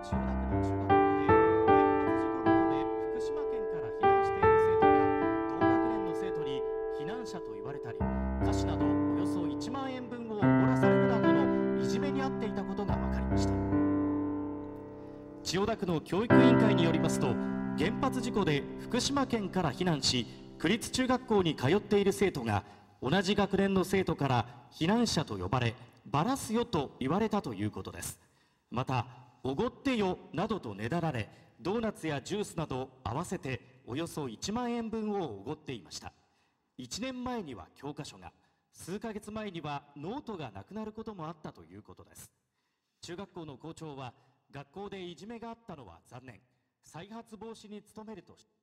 千代田区の中学校で原発事故のため福島県から避難している生徒が同学年の生徒に避難者と言われたり、菓子などおよそ1万円分をおごらされるなどのいじめに遭っていたことが分かりました。千代田区の教育委員会によりますと、原発事故で福島県から避難し区立中学校に通っている生徒が同じ学年の生徒から避難者と呼ばれ、バラすよと言われたということです。また、おごってよなどとねだられ、ドーナツやジュースなど合わせておよそ1万円分をおごっていました。1年前には教科書が、数ヶ月前にはノートがなくなることもあったということです。中学校の校長は、学校でいじめがあったのは残念、再発防止に努めるとして